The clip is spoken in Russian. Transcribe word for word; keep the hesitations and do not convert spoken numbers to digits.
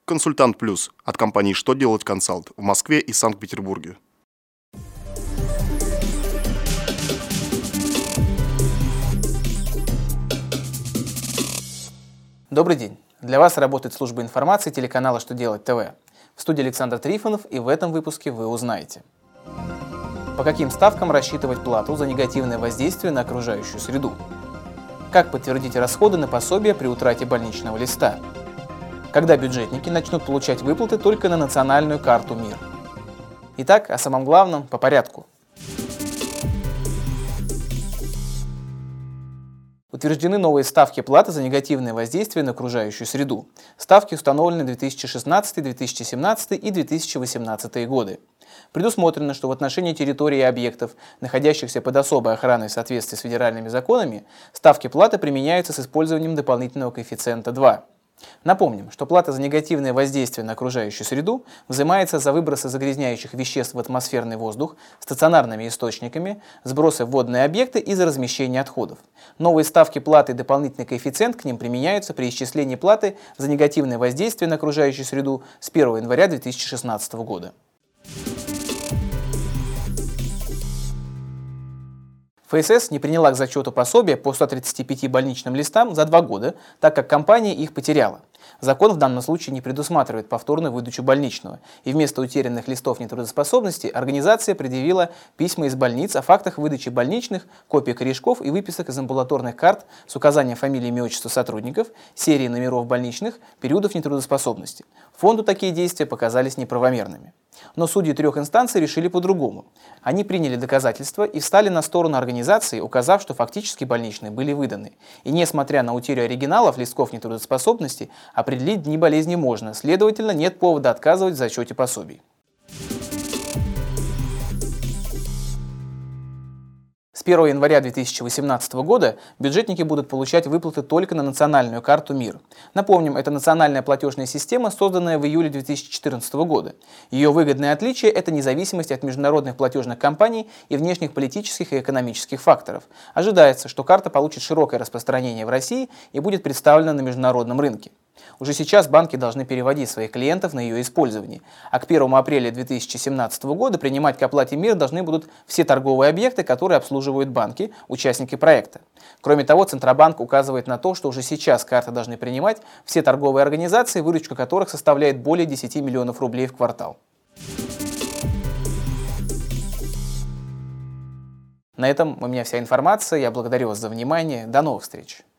Консультант Плюс от компании «Что делать консалт» в Москве и Санкт-Петербурге. Добрый день! Для вас работает служба информации телеканала «Что делать ТВ». В студии Александр Трифонов, и в этом выпуске вы узнаете: по каким ставкам рассчитывать плату за негативное воздействие на окружающую среду, как подтвердить расходы на пособие при утрате больничного листа, когда бюджетники начнут получать выплаты только на национальную карту МИР. Итак, о самом главном по порядку. Утверждены новые ставки платы за негативное воздействие на окружающую среду. Ставки установлены две тысячи шестнадцатый, две тысячи семнадцатый и две тысячи восемнадцатый годы. Предусмотрено, что в отношении территорий и объектов, находящихся под особой охраной в соответствии с федеральными законами, ставки платы применяются с использованием дополнительного коэффициента два. Напомним, что плата за негативное воздействие на окружающую среду взимается за выбросы загрязняющих веществ в атмосферный воздух стационарными источниками, сбросы в водные объекты и за размещение отходов. Новые ставки платы и дополнительный коэффициент к ним применяются при исчислении платы за негативное воздействие на окружающую среду с первого января две тысячи шестнадцатого года. ФСС не приняла к зачету пособия по ста тридцати пяти больничным листам за два года, так как компания их потеряла. Закон в данном случае не предусматривает повторную выдачу больничного, и вместо утерянных листов нетрудоспособности организация предъявила письма из больниц о фактах выдачи больничных, копий корешков и выписок из амбулаторных карт с указанием фамилии, имя, отчества сотрудников, серии номеров больничных, периодов нетрудоспособности. Фонду такие действия показались неправомерными. Но судьи трех инстанций решили по-другому. Они приняли доказательства и встали на сторону организации, указав, что фактически больничные были выданы. И несмотря на утерю оригиналов листков нетрудоспособности, определить дни болезни можно, следовательно, нет повода отказывать в зачете пособий. С первого января две тысячи восемнадцатого года бюджетники будут получать выплаты только на национальную карту МИР. Напомним, это национальная платежная система, созданная в июле две тысячи четырнадцатого года. Ее выгодное отличие – это независимость от международных платежных компаний и внешних политических и экономических факторов. Ожидается, что карта получит широкое распространение в России и будет представлена на международном рынке. Уже сейчас банки должны переводить своих клиентов на ее использование, а к первому апреля две тысячи семнадцатого года принимать к оплате МИР должны будут все торговые объекты, которые обслуживают банки, участники проекта. Кроме того, Центробанк указывает на то, что уже сейчас карты должны принимать все торговые организации, выручка которых составляет более десяти миллионов рублей в квартал. На этом у меня вся информация. Я благодарю вас за внимание. До новых встреч!